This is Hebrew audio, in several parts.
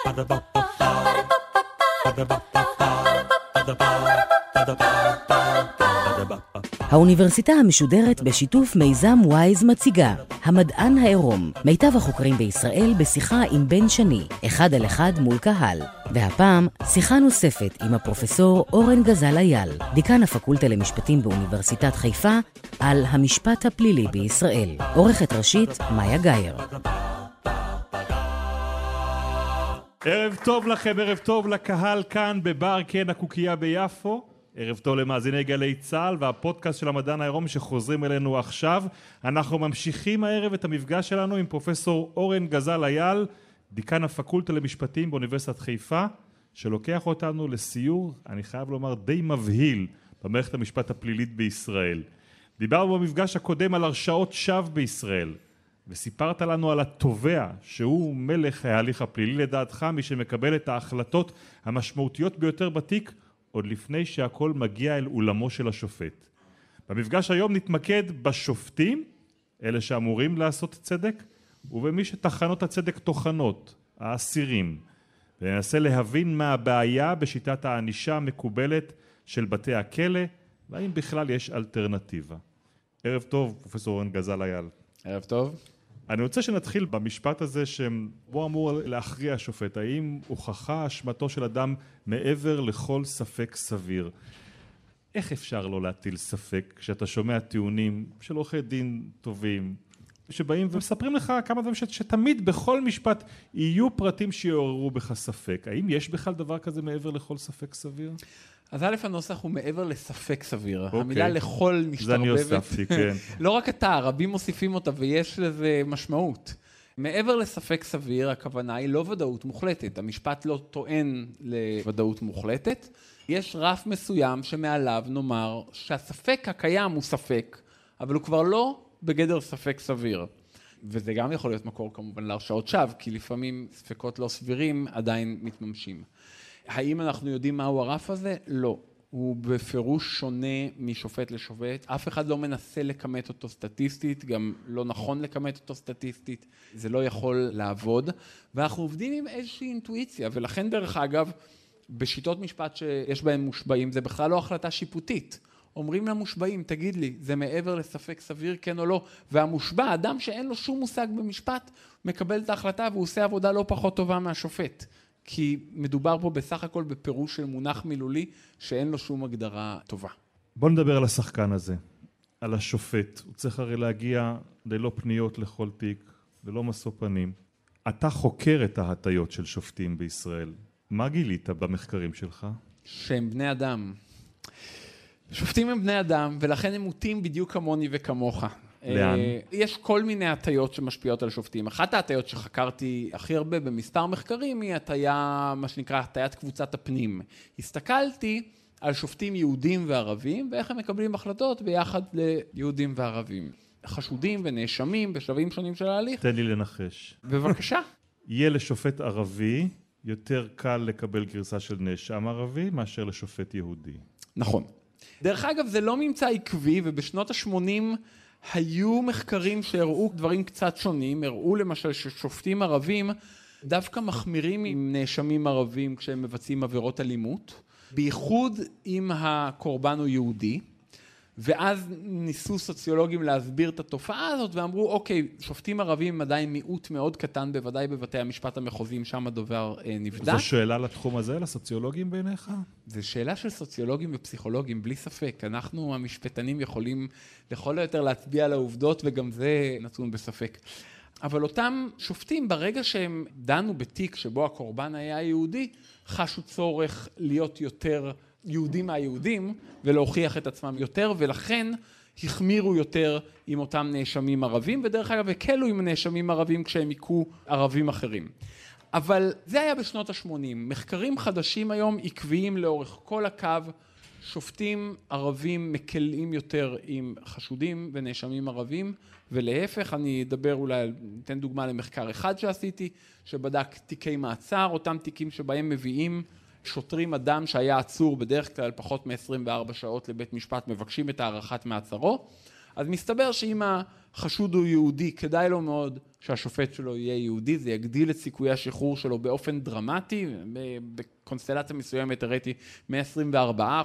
האוניברסיטה המשודרת בשיתוף מיזם וויז מציגה המדען העירום, מיטב החוקרים בישראל בשיחה עם בן שני, אחד על אחד מול קהל. והפעם שיחה נוספת עם הפרופסור אורן גזל אייל, דיקן הפקולטה למשפטים באוניברסיטת חיפה, על המשפט הפלילי בישראל. עורכת ראשית מאיה גייר. ערב טוב לכם, ערב טוב לקהל כאן בבר קן הקוקייה ביפו. ערב טוב למאזיני גלי צה"ל והפודקאסט של המדען העירום שחוזרים אלינו עכשיו. אנחנו ממשיכים הערב את המפגש שלנו עם פרופסור אורן גזל אייל, דיקן הפקולטה למשפטים באוניברסיטת חיפה, שלוקח אותנו לסיור, אני חייב לומר, די מבהיל במערכת המשפט הפלילית בישראל. דיברנו במפגש הקודם על הרשעות שווא בישראל, וסיפרת לנו על התובע שהוא מלך ההליך הפלילי לדעתך, מי שמקבל את ההחלטות המשמעותיות ביותר בתיק, עוד לפני שהכל מגיע אל אולמו של השופט. במפגש היום נתמקד בשופטים, אלה שאמורים לעשות צדק, ובמי שתחנות הצדק תוכנות, האסירים, וננסה להבין מה הבעיה בשיטת הענישה המקובלת של בתי הכלא, והאם בכלל יש אלטרנטיבה. ערב טוב, פרופסור אורן גזל אייל. ערב טוב. אני רוצה שנתחיל במשפט הזה שבו אמור להכריע השופט, האם הוכחה אשמתו של אדם מעבר לכל ספק סביר. איך אפשר לא להטיל ספק כשאתה שומע טיעונים של עורכי דין טובים, שבאים ומספרים לך כמה דברים שתמיד בכל משפט יהיו פרטים שיעוררו בך ספק. האם יש בכלל דבר כזה מעבר לכל ספק סביר? אז א', הנוסח הוא מעבר לספק סביר. המילה לכל משתרבבת. זה אני הוספתי, כן. לא רק אתה, רבים מוסיפים אותה ויש לזה משמעות. מעבר לספק סביר, הכוונה היא לא ודאות מוחלטת. המשפט לא טוען לוודאות מוחלטת. יש רף מסוים שמעליו נאמר שהספק הקיים הוא ספק, אבל הוא כבר לא בגדר ספק סביר. וזה גם יכול להיות מקור כמובן להרשעות שווא, כי לפעמים ספקות לא סבירים עדיין מתממשים. האם אנחנו יודעים מהו הרף הזה? לא. הוא בפירוש שונה משופט לשופט. אף אחד לא מנסה לכמת אותו סטטיסטית, גם לא נכון לכמת אותו סטטיסטית. זה לא יכול לעבוד. ואנחנו עובדים עם איזושהי אינטואיציה, ולכן דרך אגב, בשיטות משפט שיש בהם מושבעים, זה בכלל לא החלטה שיפוטית. אומרים למושבעים, תגיד לי, זה מעבר לספק סביר, כן או לא? והמושבע, אדם שאין לו שום מושג במשפט, מקבל את ההחלטה והוא עושה עבודה לא פחות טובה מהשופט. כי מדובר פה בסך הכל בפירוש של מונח מילולי שאין לו שום הגדרה טובה. בוא נדבר על השחקן הזה, על השופט. הוא צריך הרי להגיע ללא פניות לכל תיק, ללא משוא פנים. אתה חוקר את ההטיות של שופטים בישראל. מה גילית במחקרים שלך? שהם בני אדם. שופטים הם בני אדם, ולכן הם מוטים בדיוק כמוני וכמוך. לאן? יש כל מיני הטיות שמשפיעות על שופטים. אחת ההטיות שחקרתי הכי הרבה במספר מחקרים היא הטיה, מה שנקרא, הטיית קבוצת הפנים. הסתכלתי על שופטים יהודים וערבים, ואיך הם מקבלים החלטות ביחד ליהודים וערבים. חשודים ונאשמים בשלבים שונים של ההליך. תן לי לנחש. בבקשה. יהיה לשופט ערבי יותר קל לקבל גרסה של נאשם ערבי מאשר לשופט יהודי. נכון. דרך אגב, זה לא ממצא עקבי, ובשנות ה-80 היו מחקרים שהראו דברים קצת שונים. הראו למשל ששופטים ערבים דווקא מחמירים עם נאשמים ערבים כשהם מבצעים עבירות אלימות, בייחוד אם הקורבן הוא יהודי. ואז ניסו סוציולוגים להסביר את התופעה הזאת, ואמרו, אוקיי, שופטים ערבים הם עדיין מיעוט מאוד קטן, בוודאי בבתי המשפט המחוזיים, שם הדובר נבדק. זו שאלה לתחום הזה, לסוציולוגים בעיניך? זו שאלה של סוציולוגים ופסיכולוגים, בלי ספק. אנחנו, המשפטנים, יכולים לכל היותר להצביע על העובדות, וגם זה נתון בספק. אבל אותם שופטים, ברגע שהם דנו בתיק שבו הקורבן היה יהודי, חשו צורך להיות יותר יהודים מהיהודים, ולהוכיח את עצמם יותר, ולכן החמירו יותר עם אותם נאשמים ערבים, ודרך אגב הקלו עם נאשמים ערבים כשהם עיקו ערבים אחרים. אבל זה היה בשנות ה-80. מחקרים חדשים היום עקביים לאורך כל הקו, שופטים ערבים מקלים יותר עם חשודים ונאשמים ערבים, ולהפך, אני אדבר אולי, ניתן דוגמה למחקר אחד שעשיתי, שבדק תיקי מעצר, אותם תיקים שבהם מביאים שוטרים אדם שהיה עצור בדרך כלל פחות מ-24 שעות לבית משפט, מבקשים את הארכת מעצרו, אז מסתבר שאם החשוד הוא יהודי, כדאי לו מאוד שהשופט שלו יהיה יהודי, זה יגדיל את סיכויי השחרור שלו באופן דרמטי, בקונסטלציה מסוימת הראיתי מ-24%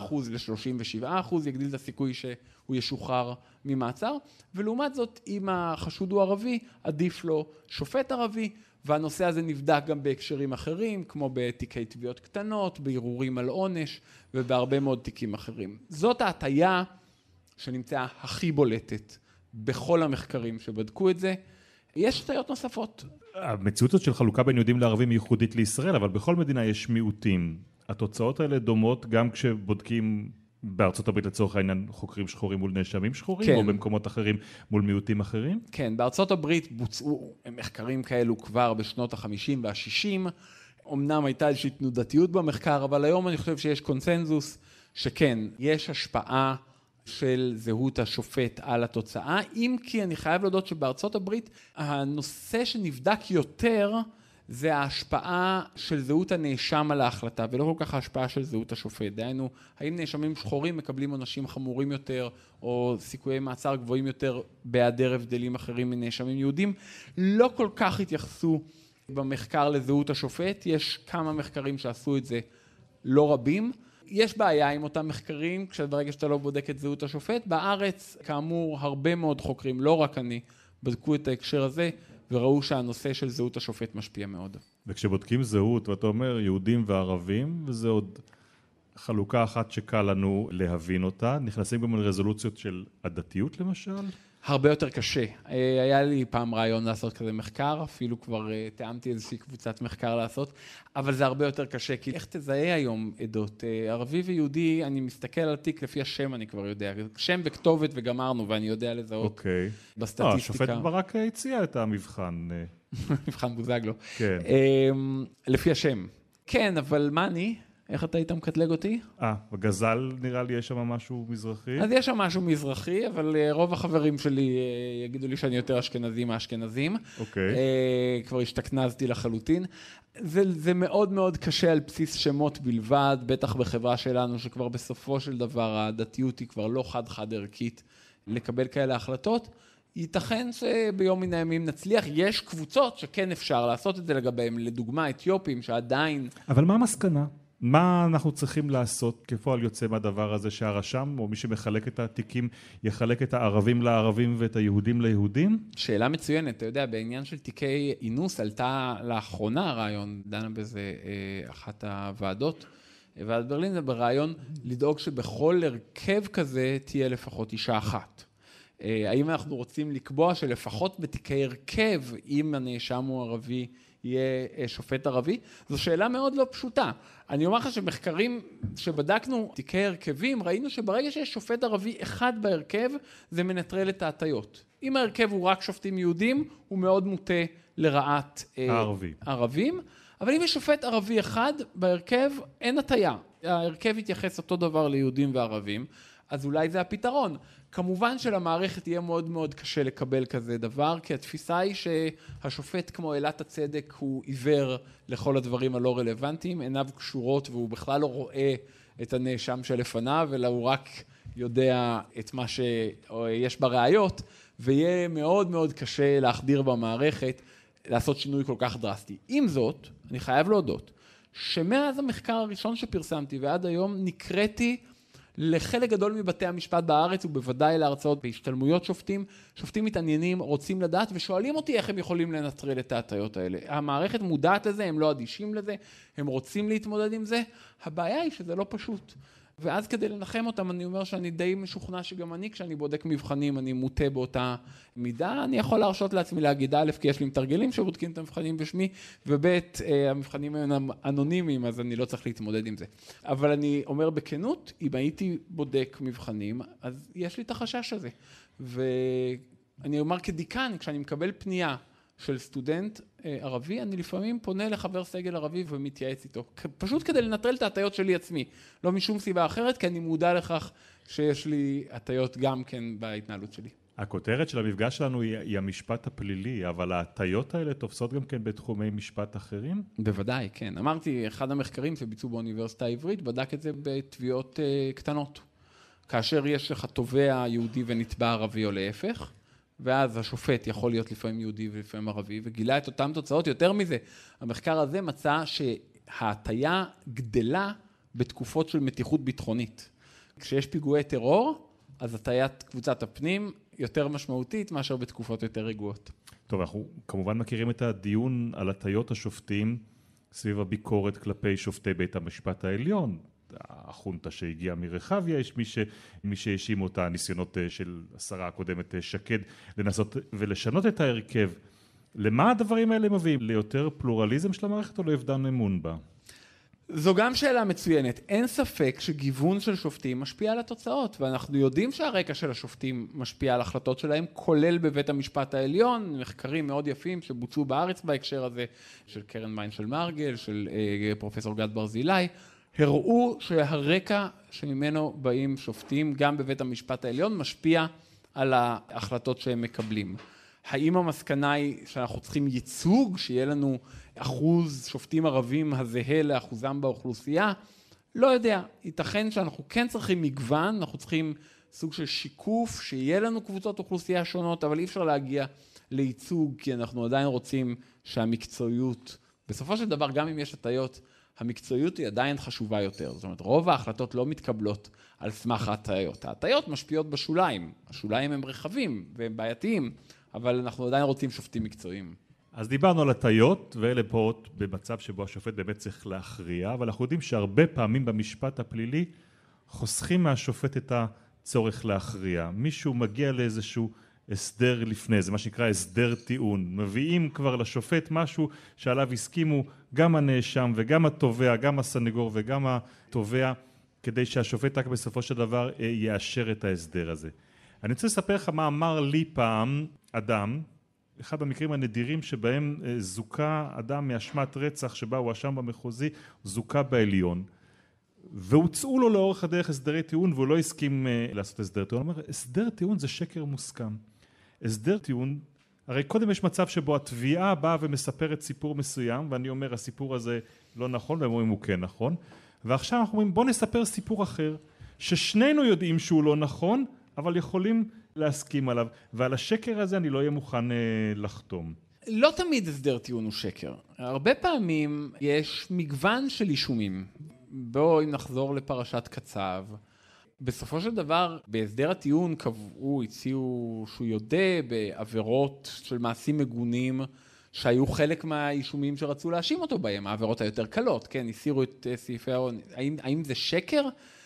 ל-37%, יגדיל את הסיכוי שהוא ישוחרר ממעצר, ולעומת זאת, אם החשוד הוא ערבי, עדיף לו שופט ערבי, והנושא הזה נבדק גם בהקשרים אחרים, כמו בתיקי תביעות קטנות, בערעורים על עונש, ובהרבה מאוד תיקים אחרים. זאת ההטיה שנמצאה הכי בולטת בכל המחקרים שבדקו את זה. יש הטיות נוספות. המציאות הזאת של חלוקה בין יהודים לערבים היא ייחודית לישראל, אבל בכל מדינה יש מיעוטים. התוצאות האלה דומות גם כשבודקים בארצות הברית לצורך העניין חוקרים שחורים מול נאשמים שחורים, כן. או במקומות אחרים מול מיעוטים אחרים? כן, בארצות הברית בוצעו מחקרים כאלו כבר בשנות ה-50 וה-60. אמנם הייתה איזושהי תנודתיות במחקר, אבל היום אני חושב שיש קונצנזוס שכן, יש השפעה של זהות השופט על התוצאה, אם כי אני חייב להודות שבארצות הברית הנושא שנבדק יותר זה ההשפעה של זהות הנאשם על ההחלטה, ולא כל כך ההשפעה של זהות השופט. דהיינו, האם נאשמים שחורים מקבלים עונשים חמורים יותר, או סיכויי מעצר גבוהים יותר בהיעדר הבדלים אחרים מנאשמים יהודים, לא כל כך התייחסו במחקר לזהות השופט. יש כמה מחקרים שעשו את זה, לא רבים. יש בעיה עם אותם מחקרים, ברגע שאתה לא בודק את זהות השופט. בארץ, כאמור, הרבה מאוד חוקרים, לא רק אני, בדקו את ההקשר הזה, וראו שהנושא של זהות השופט משפיע מאוד. וכשבודקים זהות, ואתה אומר יהודים וערבים, וזה עוד חלוקה אחת שקל לנו להבין אותה, נכנסים גם לרזולוציות של הדתיות למשל? הרבה יותר קשה. היה לי פעם רעיון לעשות כזה מחקר, אפילו כבר תאמתי איזושהי קבוצת מחקר לעשות, אבל זה הרבה יותר קשה, כי איך תזהה היום עדות? ערבי ויהודי, אני מסתכל על התיק לפי השם, אני כבר יודע. שם וכתובת וגמרנו, ואני יודע לזהות בסטטיסטיקה. השופט ברק הציע את המבחן. מבחן בוזגלו. כן. לפי השם. כן, אבל מה אני? איך אתה היית מקטלג אותי? בגזל נראה לי יש שם משהו מזרחי. אז יש שם משהו מזרחי, אבל רוב החברים שלי יגידו לי שאני יותר אשכנזי מהאשכנזים. אוקיי. כבר השתכנזתי לחלוטין. זה מאוד מאוד קשה על בסיס שמות בלבד, בטח בחברה שלנו שכבר בסופו של דבר הדתיות היא כבר לא חד ערכית לקבל כאלה החלטות. ייתכן שביום מן הימים נצליח. יש קבוצות שכן אפשר לעשות את זה לגביהם, לדוגמה אתיופים שעדיין... אבל מה המסקנה? מה אנחנו צריכים לעשות כפועל יוצא מהדבר הזה שהרשם או מי שמחלק את התיקים יחלק את הערבים לערבים ואת היהודים ליהודים? שאלה מצוינת. אתה יודע, בעניין של תיקי אינוס עלתה לאחרונה רעיון, דנה בזה אחת הוועדות, ועד ברלין זה ברעיון לדאוג שבכל הרכב כזה תהיה לפחות אישה אחת. האם אנחנו רוצים לקבוע שלפחות בתיקי הרכב, אם הנאשם הוא ערבי, יהיה שופט ערבי? זו שאלה מאוד לא פשוטה. אני אומר לך שמחקרים שבדקנו תיקי הרכבים, ראינו שברגע שיש שופט ערבי אחד בהרכב, זה מנטרל את ההטיות. אם ההרכב הוא רק שופטים יהודים, הוא מאוד מוטה לרעת ערבים. אבל אם יש שופט ערבי אחד בהרכב, אין הטיה. ההרכב יתייחס אותו דבר ליהודים וערבים, אז אולי זה הפתרון. כמובן שלמערכת יהיה מאוד מאוד קשה לקבל כזה דבר, כי התפיסה היא שהשופט כמו אלת הצדק הוא עיוור לכל הדברים הלא רלוונטיים, עיניו קשורות והוא בכלל לא רואה את הנאשם שלפניו, אלא הוא רק יודע את מה שיש בראיות, ויהיה מאוד מאוד קשה להחדיר במערכת, לעשות שינוי כל כך דרסטי. עם זאת, אני חייב להודות, שמאז המחקר הראשון שפרסמתי ועד היום נקראתי לחלק גדול מבתי המשפט בארץ, ובוודאי להרצאות בהשתלמויות שופטים. שופטים מתעניינים, רוצים לדעת, ושואלים אותי איך הם יכולים לנטרל את ההטיות האלה. המערכת מודעת לזה, הם לא אדישים לזה, הם רוצים להתמודד עם זה. הבעיה היא שזה לא פשוט. ואז כדי לנחם אותם, אני אומר שאני די משוכנע שגם אני, כשאני בודק מבחנים, אני מוטה באותה מידה. אני יכול להרשות לעצמי להגיד א', כי יש לי מתרגלים שבודקים את המבחנים בשמי, וב', המבחנים הם אנונימיים, אז אני לא צריך להתמודד עם זה. אבל אני אומר בכנות, אם הייתי בודק מבחנים, אז יש לי את החשש הזה. ואני אומר כדיקן, כשאני מקבל פנייה של סטודנט ערבי, אני לפעמים פונה לחבר סגל ערבי ומתייעץ איתו. פשוט כדי לנטרל את ההטיות שלי עצמי. לא משום סיבה אחרת, כי אני מודע לכך שיש לי הטיות גם כן בהתנהלות שלי. הכותרת של המפגש שלנו היא המשפט הפלילי, אבל ההטיות האלה תופסות גם כן בתחומי משפט אחרים? בוודאי, כן. אמרתי, אחד המחקרים שביצעו באוניברסיטה העברית, בדק את זה בתביעות קטנות. כאשר יש לך תובע יהודי ונתבע ערבי או להפך, ואז השופט יכול להיות לפעמים יהודי ולפעמים ערבי, וגילה את אותם תוצאות. יותר מזה, המחקר הזה מצא שההטיה גדלה בתקופות של מתיחות ביטחונית. כשיש פיגועי טרור, אז הטיית קבוצת הפנים יותר משמעותית מאשר בתקופות יותר רגועות. טוב, אנחנו כמובן מכירים את הדיון על הטיות השופטים סביב הביקורת כלפי שופטי בית המשפט העליון. החונטה שהגיעה מרחביה, יש מי שהאשים אותה, הניסיונות של השרה הקודמת שקד לנסות ולשנות את ההרכב. למה הדברים האלה מביאים? ליותר פלורליזם של המערכת או לאבדן אמון בה? זו גם שאלה מצוינת. אין ספק שגיוון של שופטים משפיע על התוצאות, ואנחנו יודעים שהרקע של השופטים משפיע על החלטות שלהם, כולל בבית המשפט העליון, מחקרים מאוד יפים שבוצעו בארץ בהקשר הזה, של קרן מיינשל מרגל, של פרופסור גד ברזילי, הראו שהרקע שממנו באים שופטים, גם בבית המשפט העליון, משפיע על ההחלטות שהם מקבלים. האם המסקנה היא שאנחנו צריכים ייצוג, שיהיה לנו אחוז שופטים ערבים הזהה לאחוזם באוכלוסייה? לא יודע. ייתכן שאנחנו כן צריכים מגוון, אנחנו צריכים סוג של שיקוף, שיהיה לנו קבוצות אוכלוסייה שונות, אבל אי אפשר להגיע לייצוג, כי אנחנו עדיין רוצים שהמקצועיות, בסופו של דבר, גם אם יש הטיות, המקצועיות היא עדיין חשובה יותר. זאת אומרת, רוב ההחלטות לא מתקבלות על סמך ההטיות. ההטיות משפיעות בשוליים. השוליים הם רחבים והם בעייתיים, אבל אנחנו עדיין רוצים שופטים מקצועיים. אז דיברנו על הטיות, ואלה פה במצב שבו השופט באמת צריך להכריע, אבל אנחנו יודעים שהרבה פעמים במשפט הפלילי חוסכים מהשופט את הצורך להכריע. מישהו מגיע לאיזשהו הסדר לפני, זה מה שנקרא הסדר טיעון. מביאים כבר לשופט משהו שעליו הסכימו גם הנאשם וגם התובע, גם הסנגור וגם התובע, כדי שהשופט רק בסופו של דבר יאשר את ההסדר הזה. אני רוצה לספר לך מה אמר לי פעם אדם, אחד המקרים הנדירים שבהם זוכה אדם מאשמת רצח שבה הוא אשם במחוזי, זוכה בעליון. והוצאו לו לאורך הדרך הסדרי טיעון והוא לא הסכים לעשות הסדר טיעון. הוא אומר, הסדר טיעון זה שקר מוסכם. הסדר טיעון, הרי קודם יש מצב שבו התביעה באה ומספרת סיפור מסוים, ואני אומר הסיפור הזה לא נכון, והם אומרים הוא כן נכון, ועכשיו אנחנו אומרים בוא נספר סיפור אחר, ששנינו יודעים שהוא לא נכון, אבל יכולים להסכים עליו, ועל השקר הזה אני לא אהיה מוכן לחתום. לא תמיד הסדר טיעון הוא שקר. הרבה פעמים יש מגוון של אישומים. בואו אם נחזור לפרשת קצב. בסופו של דבר, בהסדר הטיעון קבעו, הציעו שהוא יודע בעבירות של מעשים מגונים, שהיו חלק מהאישומים שרצו להאשים אותו בהם, העבירות היותר קלות, כן, הסירו את סעיפי העונש. האם זה שקר?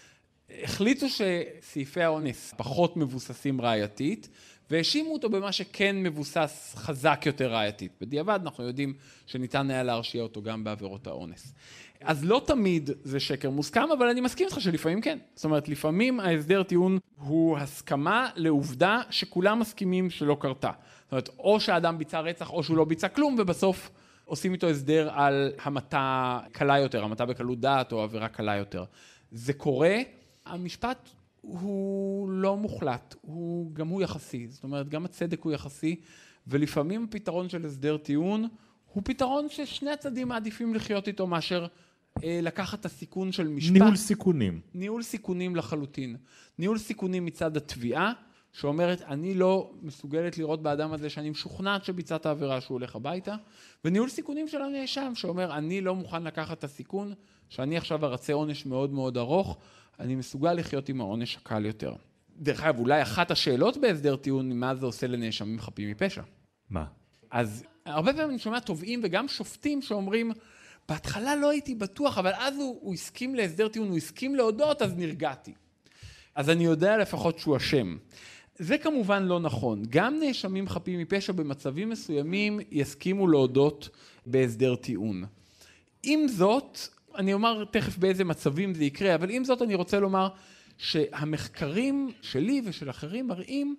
החליטו שסעיפי העונש פחות מבוססים ראייתית, והאשימו אותו במה שכן מבוסס חזק יותר ראייתית. בדיעבד אנחנו יודעים שניתן היה להרשיע אותו גם בעבירות האונס. אז לא תמיד זה שקר מוסכם, אבל אני מסכים איתך שלפעמים כן. זאת אומרת, לפעמים ההסדר טיעון הוא הסכמה לעובדה שכולם מסכימים שלא קרתה. זאת אומרת, או שהאדם ביצע רצח או שהוא לא ביצע כלום, ובסוף עושים איתו הסדר על המתה קלה יותר, המתה בקלות דעת או עבירה קלה יותר. זה קורה, המשפט הוא לא מוחלט, גם הוא יחסי, זאת אומרת, גם הצדק הוא יחסי, ולפעמים הפתרון של הסדר טיעון הוא פתרון ששני הצדדים מעדיפים לחיות איתו מאשר לקחת את הסיכון של משפט. ניהול סיכונים. ניהול סיכונים לחלוטין. ניהול סיכונים מצד התביעה, שאומרת, אני לא מסוגלת לראות באדם הזה שאני משוכנעת שביצעת העבירה שהוא הולך הביתה, וניהול סיכונים של הנאשם, שאומר, אני לא מוכן לקחת את הסיכון, שאני עכשיו ארצה עונש מאוד מאוד ארוך, אני מסוגל לחיות עם העונש הקל יותר. דרך אגב, אולי אחת השאלות בהסדר טיעון, מה זה עושה לנאשמים חפים מפשע? מה? אז הרבה פעמים אני שומע תובעים וגם שופטים שאומרים, בהתחלה לא הייתי בטוח, אבל אז הוא הסכים להסדר טיעון, הוא הסכים להודות, אז נרגעתי. אז אני יודע לפחות שהוא אשם. זה כמובן לא נכון. גם נאשמים חפים מפשע במצבים מסוימים יסכימו להודות בהסדר טיעון. עם זאת, אני אומר תכף באיזה מצבים זה יקרה, אבל עם זאת אני רוצה לומר שהמחקרים שלי ושל אחרים מראים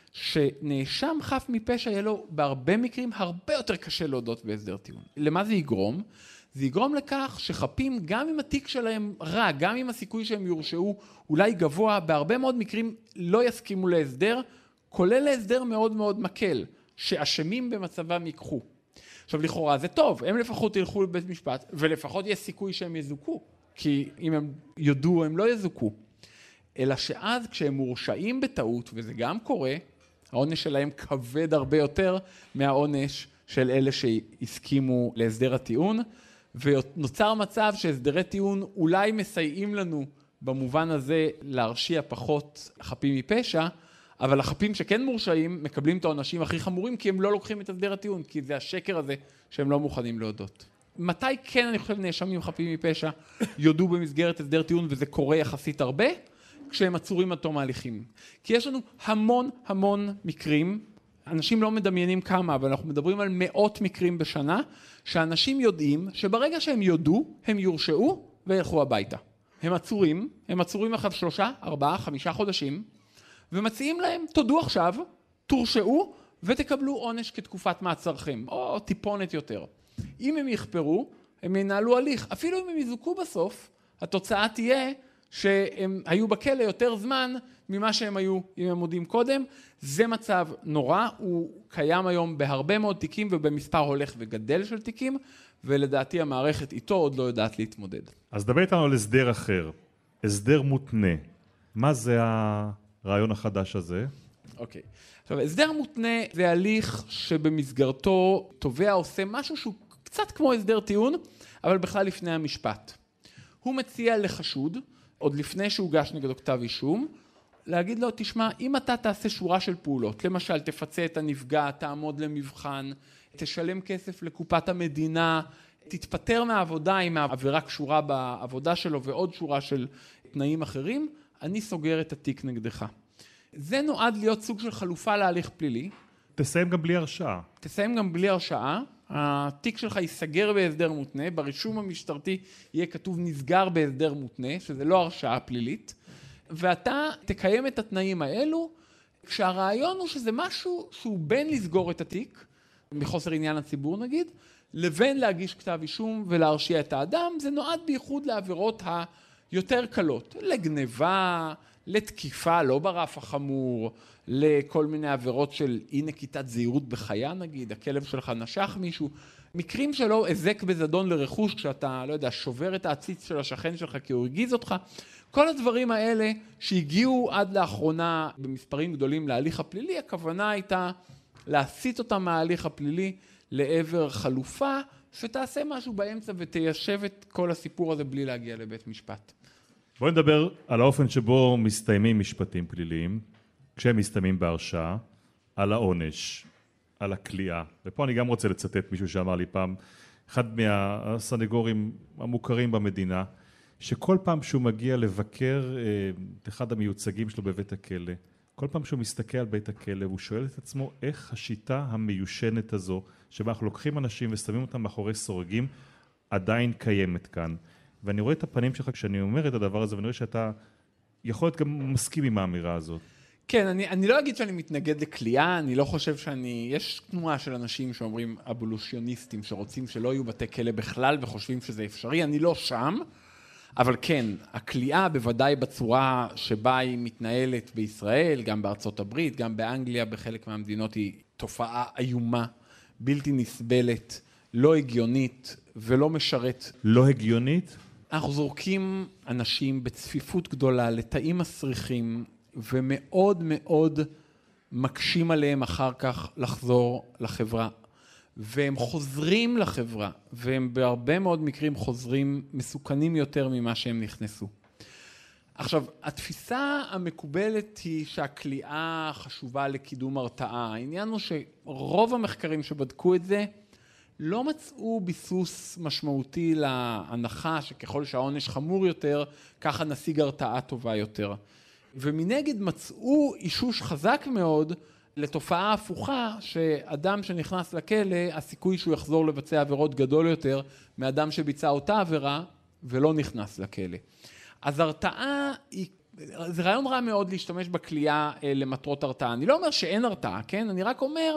שנאשם חף מפשע יהיה לו בהרבה מקרים הרבה יותר קשה להודות בהסדר טיעון. למה זה יגרום? זה יגרום לכך שחפים גם אם התיק שלהם רע, גם אם הסיכוי שהם יורשעו אולי גבוה, בהרבה מאוד מקרים לא יסכימו להסדר, כולל להסדר מאוד מאוד מקל, שאשמים במצבם ייקחו. עכשיו לכאורה זה טוב, הם לפחות ילכו לבית משפט, ולפחות יש סיכוי שהם יזוכו, כי אם הם יודו הם לא יזוכו. אלא שאז כשהם מורשעים בטעות, וזה גם קורה, העונש שלהם כבד הרבה יותר מהעונש של אלה שהסכימו להסדר הטיעון, ונוצר מצב שהסדרי טיעון אולי מסייעים לנו במובן הזה להרשיע פחות חפים מפשע, אבל החפים שכן מורשעים מקבלים את העונשים הכי חמורים, כי הם לא לוקחים את הסדר הטיעון, כי זה השקר הזה שהם לא מוכנים להודות. מתי כן אני חושב נאשמים חפים מפשע יודו במסגרת הסדר טיעון, וזה קורה יחסית הרבה, כשהם עצורים עד תום ההליכים. כי יש לנו המון מקרים, אנשים לא מדמיינים כמה, אבל אנחנו מדברים על מאות מקרים בשנה, שאנשים יודעים שברגע שהם יודו, הם יורשעו וילכו הביתה. הם עצורים עכשיו 3, 4, 5 חודשים, ומציעים להם, תודו עכשיו, תורשעו ותקבלו עונש כתקופת מעצרכם, או טיפונת יותר. אם הם יכפרו, הם ינהלו הליך. אפילו אם הם יזוכו בסוף, התוצאה תהיה שהם היו בכלא יותר זמן ממה שהם היו אם הם מודים קודם. זה מצב נורא, הוא קיים היום בהרבה מאוד תיקים ובמספר הולך וגדל של תיקים, ולדעתי המערכת איתו עוד לא יודעת להתמודד. אז דבר איתנו על הסדר אחר, הסדר מותנה. מה זה הרעיון החדש הזה? אוקיי. עכשיו, הסדר מותנה זה הליך שבמסגרתו תובע עושה משהו שהוא קצת כמו הסדר טיעון, אבל בכלל לפני המשפט. הוא מציע לחשוד, עוד לפני שהוגש נגדו כתב אישום, להגיד לו, תשמע, אם אתה תעשה שורה של פעולות, למשל, תפצה את הנפגע, תעמוד למבחן, תשלם כסף לקופת המדינה, תתפטר מהעבודה אם העבירה קשורה בעבודה שלו ועוד שורה של תנאים אחרים, אני סוגר את התיק נגדך. זה נועד להיות סוג של חלופה להליך פלילי. תסיים גם בלי הרשעה. תסיים גם בלי הרשעה. התיק שלך ייסגר בהסדר מותנה, ברישום המשטרתי יהיה כתוב נסגר בהסדר מותנה, שזה לא הרשעה פלילית, ואתה תקיים את התנאים האלו, כשהרעיון הוא שזה משהו שהוא בין לסגור את התיק, מחוסר עניין הציבור נגיד, לבין להגיש כתב אישום ולהרשיע את האדם. זה נועד בייחוד לעבירות היותר קלות, לגניבה, לתקיפה, לא ברף החמור, לכל מיני עבירות של אי נקיטת זהירות בחיה נגיד, הכלב שלך נשך מישהו, מקרים שלא הזק בזדון לרכוש כשאתה, לא יודע, שובר את העציץ של השכן שלך כי הוא הרגיז אותך, כל הדברים האלה שהגיעו עד לאחרונה במספרים גדולים להליך הפלילי, הכוונה הייתה להסיט אותם מההליך הפלילי לעבר חלופה, שתעשה משהו באמצע ותיישב את כל הסיפור הזה בלי להגיע לבית משפט. בואי נדבר על האופן שבו מסתיימים משפטים פליליים, כשהם מסתיימים בהרשעה, על העונש, על הכליאה. ופה אני גם רוצה לצטט מישהו שאמר לי פעם, אחד מהסנגורים המוכרים במדינה, שכל פעם שהוא מגיע לבקר את אחד המיוצגים שלו בבית הכלא, כל פעם שהוא מסתכל על בית הכלא, הוא שואל את עצמו איך השיטה המיושנת הזו, שבה אנחנו לוקחים אנשים ושמים אותם מאחורי סורגים, עדיין קיימת כאן. ואני רואה את הפנים שלך כשאני אומר את הדבר הזה, ואני רואה שאתה יכול להיות גם מסכים עם האמירה הזאת. כן, אני לא אגיד שאני מתנגד לכליאה, אני לא חושב יש תנועה של אנשים שאומרים אבולוציוניסטים, שרוצים שלא יהיו בתי כלא בכלל וחושבים שזה אפשרי, אני לא שם, אבל כן, הכליאה בוודאי בצורה שבה היא מתנהלת בישראל, גם בארצות הברית, גם באנגליה, בחלק מהמדינות היא תופעה איומה, בלתי נסבלת, לא הגיונית ולא משרת. לא הגיונית? אנחנו זורקים אנשים בצפיפות גדולה, לתאים מסריחים, ומאוד מאוד מקשים עליהם אחר כך לחזור לחברה. והם חוזרים לחברה, והם בהרבה מאוד מקרים חוזרים מסוכנים יותר ממה שהם נכנסו. עכשיו, התפיסה המקובלת היא שהכליאה חשובה לקידום הרתעה. העניין הוא שרוב המחקרים שבדקו את זה, לא מצאו ביסוס משמעותי להנחה שככל שהעונש חמור יותר, ככה נשיג הרתעה טובה יותר. ומנגד מצאו אישוש חזק מאוד לתופעה הפוכה, שאדם שנכנס לכלא, הסיכוי שהוא יחזור לבצע עבירות גדול יותר, מאדם שביצע אותה עבירה ולא נכנס לכלא. אז הרתעה, זה רעיון רע מאוד להשתמש בכליאה למטרות הרתעה. אני לא אומר שאין הרתעה, כן? אני רק אומר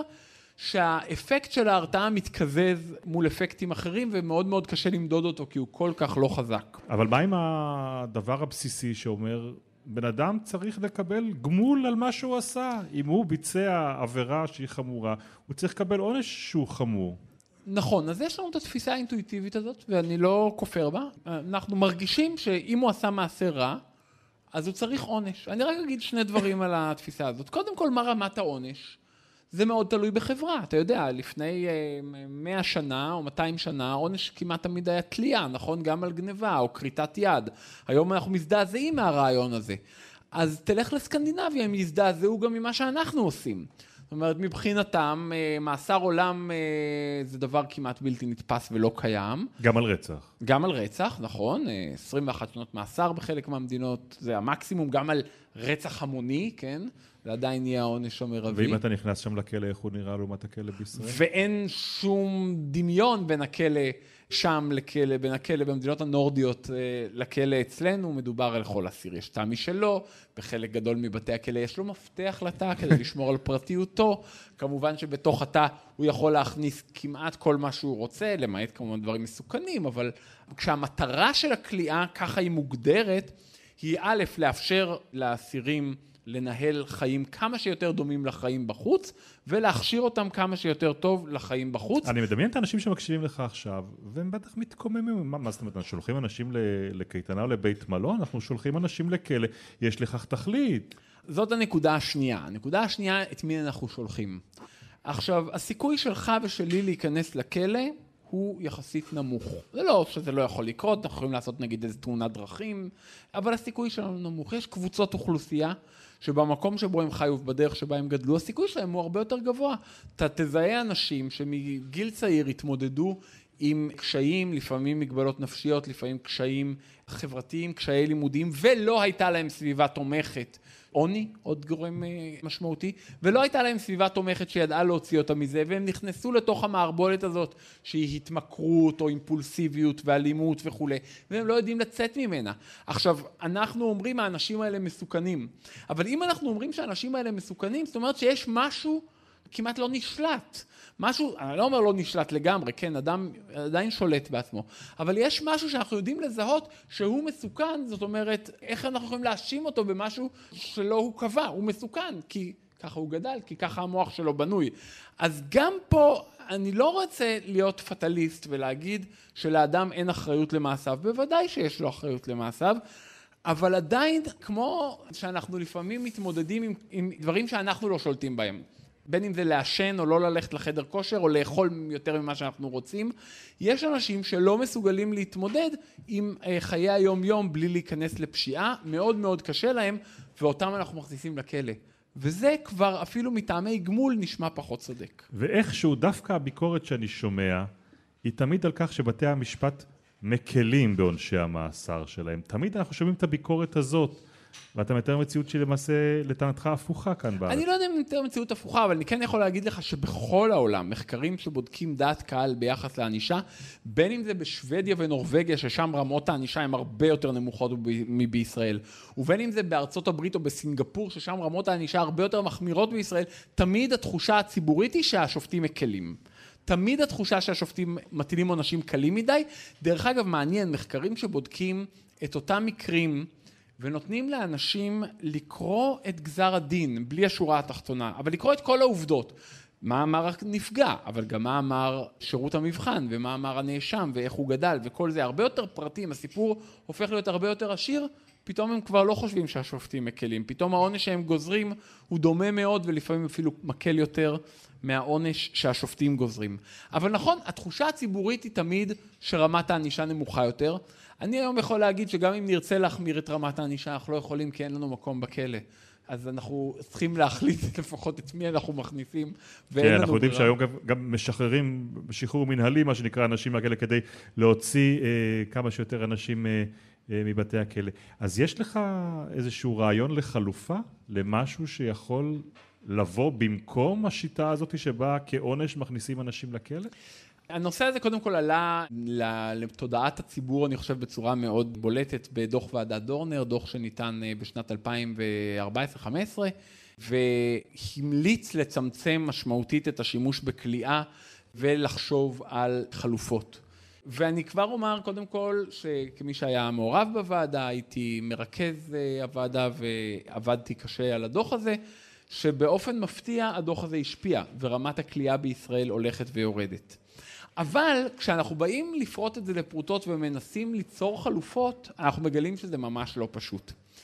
שהאפקט של ההרתעה מתקזז מול אפקטים אחרים, ומאוד מאוד קשה למדוד אותו, כי הוא כל כך לא חזק. אבל מה עם הדבר הבסיסי שאומר, בן אדם צריך לקבל גמול על מה שהוא עשה? אם הוא ביצע עבירה שהיא חמורה, הוא צריך לקבל עונש שהוא חמור. נכון, אז יש לנו את התפיסה האינטואיטיבית הזאת, ואני לא כופר בה. אנחנו מרגישים שאם הוא עשה מעשה רע, אז הוא צריך עונש. אני רק אגיד שני דברים על התפיסה הזאת. קודם כל, מה רמת העונש? זה מאוד תלוי בחברה. אתה יודע, לפני 100 שנה או 200 שנה, העונש כמעט תמיד היה תלייה, נכון? גם על גניבה או כריתת יד. היום אנחנו מזדעזעים מהרעיון הזה. אז תלך לסקנדינביה, הם יזדעזעו גם ממה שאנחנו עושים. זאת אומרת, מבחינתם, מאסר עולם זה דבר כמעט בלתי נתפס ולא קיים. גם על רצח. גם על רצח, נכון. 21 שנות מאסר בחלק מהמדינות, זה המקסימום, גם על רצח המוני, כן? זה עדיין יהיה העונש המרבי. ואם אתה נכנס שם לכלא, איך הוא נראה לעומת הכלא בישראל? ואין שום דמיון בין הכלא שם לכלא, בין הכלא במדינות הנורדיות לכלא אצלנו, מדובר על כל אסיר יש תא משלו, בחלק גדול מבתי הכלא יש לו מפתח לתא כדי לשמור על פרטיותו, כמובן שבתוך התא הוא יכול להכניס כמעט כל מה שהוא רוצה, למעט כמובן דברים מסוכנים, אבל כשהמטרה של הכליאה, ככה היא מוגדרת, היא א', לאפשר לאסירים לנהל חיים כמה שיותר דומים לחיים בחוץ, ולהכשיר אותם כמה שיותר טוב לחיים בחוץ. אני מדמיין את האנשים שמקשיבים לך עכשיו, והם בטח מתקוממים. מה זאת אומרת, שולחים אנשים לקייטנה או לבית מלון? אנחנו שולחים אנשים לכלא, יש לכך תכלית. זאת הנקודה השנייה. הנקודה השנייה, את מי אנחנו שולחים. עכשיו, הסיכוי שלך ושלי להיכנס לכלא, הוא יחסית נמוך. זה לא שזה לא יכול לקרות, אנחנו יכולים לעשות נגיד איזו תאונת דרכים, אבל הסיכוי שלנו נמוך. יש קבוצות אוכלוסייה שבמקום שבו הם חיו ובדרך שבה הם גדלו, הסיכוי שלהם הוא הרבה יותר גבוה. אתה תזהה אנשים שמגיל צעיר התמודדו עם קשיים, לפעמים מגבלות נפשיות, לפעמים קשיים חברתיים, קשיי לימודים, ולא הייתה להם סביבה תומכת. עוני, עוד גורם משמעותי, ולא הייתה להם סביבה תומכת שידעה להוציא אותה מזה, והם נכנסו לתוך המערבולת הזאת, שהיא התמכרות או אימפולסיביות ואלימות וכו', והם לא יודעים לצאת ממנה. עכשיו, אנחנו אומרים, האנשים האלה מסוכנים, אבל אם אנחנו אומרים שהאנשים האלה מסוכנים, זאת אומרת שיש משהו כמעט לא נשלט. משהו, אני לא אומר לא נשלט לגמרי, כן, אדם עדיין שולט בעצמו, אבל יש משהו שאנחנו יודעים לזהות שהוא מסוכן, זאת אומרת, איך אנחנו יכולים להאשים אותו במשהו שלא הוא קבע, הוא מסוכן, כי ככה הוא גדל, כי ככה המוח שלו בנוי. אז גם פה אני לא רוצה להיות פטליסט ולהגיד שלאדם אין אחריות למעשיו, בוודאי שיש לו אחריות למעשיו, אבל עדיין, כמו שאנחנו לפעמים מתמודדים עם דברים שאנחנו לא שולטים בהם, בין אם זה לעשן או לא ללכת לחדר כושר או לאכול יותר ממה שאנחנו רוצים, יש אנשים שלא מסוגלים להתמודד עם חיי היום-יום בלי להיכנס לפשיעה, מאוד מאוד קשה להם, ואותם אנחנו מכניסים לכלא. וזה כבר אפילו מטעמי גמול נשמע פחות צודק. ואיכשהו דווקא הביקורת שאני שומע, היא תמיד על כך שבתי המשפט מקלים בעונשי המאסר שלהם. תמיד אנחנו שומעים את הביקורת הזאת, ואתה מתאר מציאות שלמעשה לטענתך הפוכה כאן בארץ. אני לא יודע אם מתאר מציאות הפוכה, אבל אני כן יכול להגיד לך שבכל העולם, מחקרים שבודקים דעת קהל ביחס לענישה, בין אם זה בשוודיה ונורווגיה, ששם רמות הענישה הן הרבה יותר נמוכות מבישראל, ובין אם זה בארצות הברית או בסינגפור, ששם רמות הענישה הרבה יותר מחמירות בישראל, תמיד התחושה הציבורית היא שהשופטים מקלים. תמיד התחושה שהשופטים מטילים עונשים קלים מדי. דרך אגב, מעניין, מחקרים שבודקים את אותם מקרים, ונותנים לאנשים לקרוא את גזר הדין, בלי השורה התחתונה, אבל לקרוא את כל העובדות. מה אמר הנפגע, אבל גם מה אמר שירות המבחן, ומה אמר הנאשם, ואיך הוא גדל, וכל זה. הרבה יותר פרטים, הסיפור הופך להיות הרבה יותר עשיר, פתאום הם כבר לא חושבים שהשופטים מקלים. פתאום העונש שהם גוזרים הוא דומה מאוד, ולפעמים אפילו מקל יותר מהעונש שהשופטים גוזרים. אבל נכון, התחושה הציבורית היא תמיד שרמת הענישה נמוכה יותר. אני היום יכול להגיד שגם אם נרצה להחמיר את רמת הענישה, אנחנו לא יכולים כי אין לנו מקום בכלא. אז אנחנו צריכים להחליט לפחות את מי אנחנו מכניסים, כן, אנחנו יודעים שהיום גם משחררים בשחרור מנהלי, מה שנקרא אנשים מהכלא, כדי להוציא כמה שיותר אנשים מבתי הכלא. אז יש לך איזשהו רעיון לחלופה, למשהו שיכול לבוא במקום השיטה הזאת שבה כעונש מכניסים אנשים לכלא? הנושא הזה קודם כל עלה לתודעת הציבור, אני חושב, בצורה מאוד בולטת בדוח ועדת דורנר, דוח שניתן בשנת 2014-2015, והמליץ לצמצם משמעותית את השימוש בכליאה ולחשוב על חלופות. ואני כבר אומר קודם כל שכמי שהיה מעורב בוועדה, הייתי מרכז הוועדה ועבדתי קשה על הדוח הזה, שבאופן מפתיע הדוח הזה השפיע ורמת הכליאה בישראל הולכת ויורדת. אבל כשאנחנו באים לפרוט את זה לפרוטות ומנסים ליצור חלופות, אנחנו מגלים שזה ממש לא פשוט.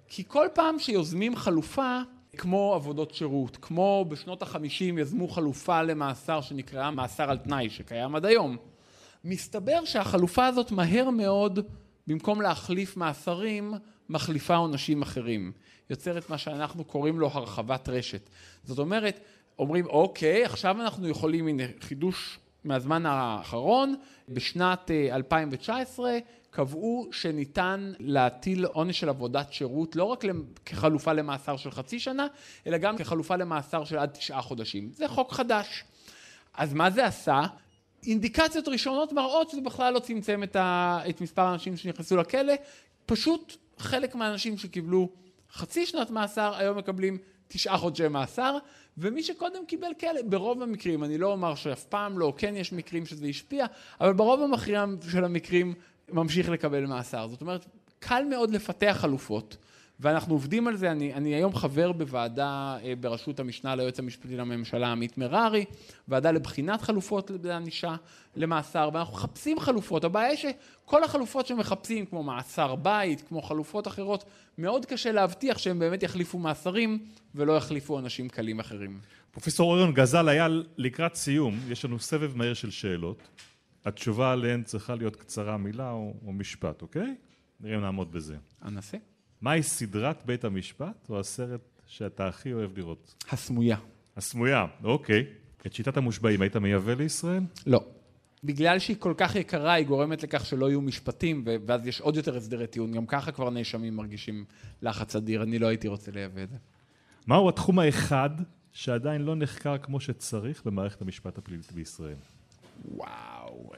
כי כל פעם שיוזמים חלופה, כמו עבודות שירות, כמו בשנות ה-50 יזמו חלופה למאסר שנקראה מאסר על תנאי, שקיים עד היום, מסתבר שהחלופה הזאת מהר מאוד, במקום להחליף מאסרים, מחליפה עונשים אחרים. יוצרת מה שאנחנו קוראים לו הרחבת רשת. זאת אומרת, אומרים, אוקיי, עכשיו אנחנו יכולים, הנה, חידוש מהזמן האחרון, בשנת 2019, קבעו שניתן להטיל עונש של עבודת שירות, לא רק כחלופה למאסר של חצי שנה, אלא גם כחלופה למאסר של עד 9 חודשים. זה חוק חדש. אז מה זה עשה? אינדיקציות ראשונות מראות שזה בכלל לא צמצם את מספר האנשים שנכנסו לכלא, פשוט חלק מהאנשים שקיבלו חצי שנת מאסר, היום מקבלים 9 חודשי מאסר, ומי שקודם קיבל כלא, ברוב המקרים, אני לא אומר שאף פעם לא, כן יש מקרים שזה השפיע, אבל ברוב המכריע של המקרים ממשיך לקבל מאסר. זאת אומרת, קל מאוד לפתח חלופות, ואנחנו עובדים על זה. אני היום חבר בוועדה בראשות המשנה ליועץ המשפטי לממשלה עמית מררי, ועדה לבחינת חלופות לענישה למאסר, ואנחנו מחפשים חלופות. הבעיה היא שכל החלופות שמחפשים, כמו מאסר בית, כמו חלופות אחרות, מאוד קשה להבטיח שהם באמת יחליפו מאסרים, ולא יחליפו אנשים קלים אחרים. פרופסור אורן גזל היה לקראת סיום, יש לנו סבב מהיר של שאלות. התשובה עליהן צריכה להיות קצרה, מילה או משפט, אוקיי? נראה אם נעמוד בזה. אנסה. מהי סדרת בית המשפט או הסרט שאתה הכי אוהב לראות? הסמויה. הסמויה, אוקיי. את שיטת המושבעים היית מייבא לישראל? לא. בגלל שהיא כל כך יקרה, היא גורמת לכך שלא יהיו משפטים, ואז יש עוד יותר הסדרי טיעון. גם ככה כבר נאשמים מרגישים לחץ אדיר. אני לא הייתי רוצה לייבא את זה. מהו התחום האחד שעדיין לא נחקר כמו שצריך במערכת המשפט הפלילית בישראל? וואו.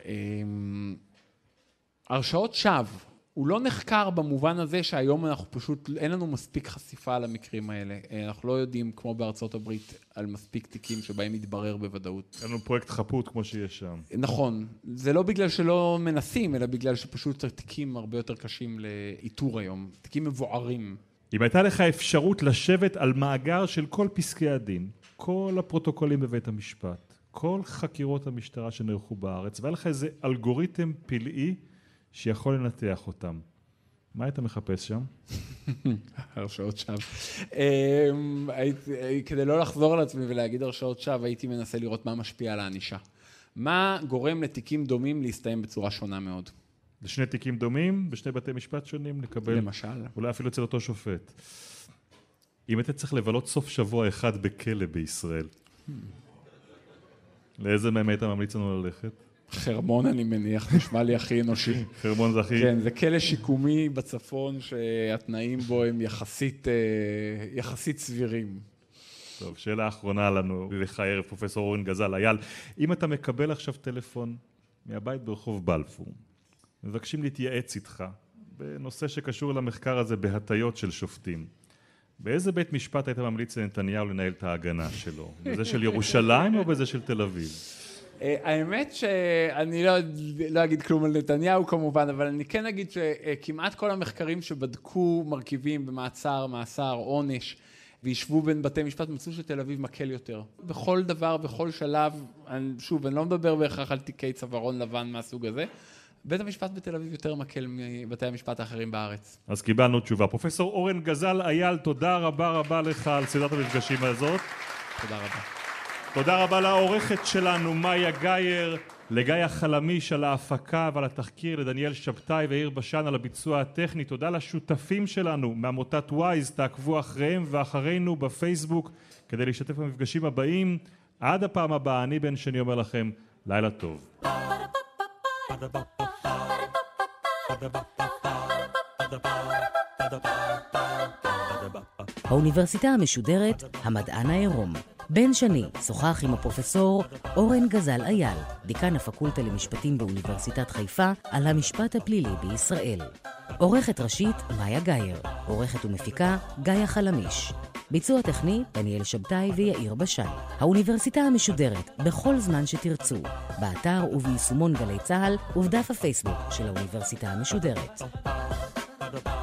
הרשעות שווא. הוא לא נחקר במובן הזה שהיום אנחנו פשוט, אין לנו מספיק חשיפה על המקרים האלה. אנחנו לא יודעים, כמו בארצות הברית, על מספיק תיקים שבהם מתברר בוודאות. אין לנו פרויקט חפות כמו שיש שם. נכון. זה לא בגלל שלא מנסים, אלא בגלל שפשוט התיקים הרבה יותר קשים לאיתור היום. תיקים מבוערים. אם הייתה לך אפשרות לשבת על מאגר של כל פסקי הדין, כל הפרוטוקולים בבית המשפט, כל חקירות המשטרה שנערכו בארץ, והיה לך איזה אלגוריתם פלאי שיכול לנתח אותם. מה היית מחפש שם? הרשעות שווא. כדי לא לחזור על עצמי ולהגיד הרשעות שווא, הייתי מנסה לראות מה משפיע על הענישה. מה גורם לתיקים דומים להסתיים בצורה שונה מאוד? לשני תיקים דומים, בשני בתי משפט שונים, לקבל... למשל. אולי אפילו אצל אותו שופט. אם היית צריך לבלות סוף שבוע אחד בכלא בישראל, לאיזה מהם היית ממליץ לנו ללכת? חרמון אני מניח, נשמע לי הכי אנושי. חרמון זה הכי... כן, זה כלא שיקומי בצפון שהתנאים בו הם יחסית סבירים. טוב, שאלה האחרונה לנו לך ערב פרופסור אורן גזל אייל. אם אתה מקבל עכשיו טלפון מהבית ברחוב בלפור, מבקשים להתייעץ איתך בנושא שקשור למחקר הזה בהטיות של שופטים, באיזה בית משפט היית ממליץ לנתניהו לנהל את ההגנה שלו? בזה של ירושלים או בזה של תל אביב? האמת שאני לא אגיד כלום על נתניהו כמובן, אבל אני כן אגיד שכמעט כל המחקרים שבדקו מרכיבים במעצר, מאסר, עונש, וישבו בין בתי משפט, מצאו שתל אביב מקל יותר. בכל דבר, בכל שלב, שוב, אני לא מדבר בהכרח על תיקי צווארון לבן מהסוג הזה, בית המשפט בתל אביב יותר מקל מבתי המשפט האחרים בארץ. אז קיבלנו תשובה. פרופסור אורן גזל אייל, תודה רבה לך על סדרת המפגשים הזאת. תודה רבה. תודה רבה לעורכת שלנו, מאיה גייר, לגיא חלמיש על ההפקה ועל התחקיר, לדניאל שבתאי ויאיר בשן על הביצוע הטכני. תודה לשותפים שלנו מעמותת וויז, תעקבו אחריהם ואחרינו בפייסבוק כדי להשתתף במפגשים הבאים. עד הפעם הבאה, אני בן שני אומר לכם, לילה טוב. האוניברסיטה המשודרת, המדען העירום. בן שני שוחח עם הפרופסור אורן גזל אייל, דיקן הפקולטה למשפטים באוניברסיטת חיפה, על המשפט הפלילי בישראל. עורכת ראשית מאיה גייר, עורכת ומפיקה גיא חלמיש. ביצוע טכני דניאל שבתאי ויאיר בשן. האוניברסיטה המשודרת בכל זמן שתרצו, באתר וביישומון גלי צהל ובדף הפייסבוק של האוניברסיטה המשודרת.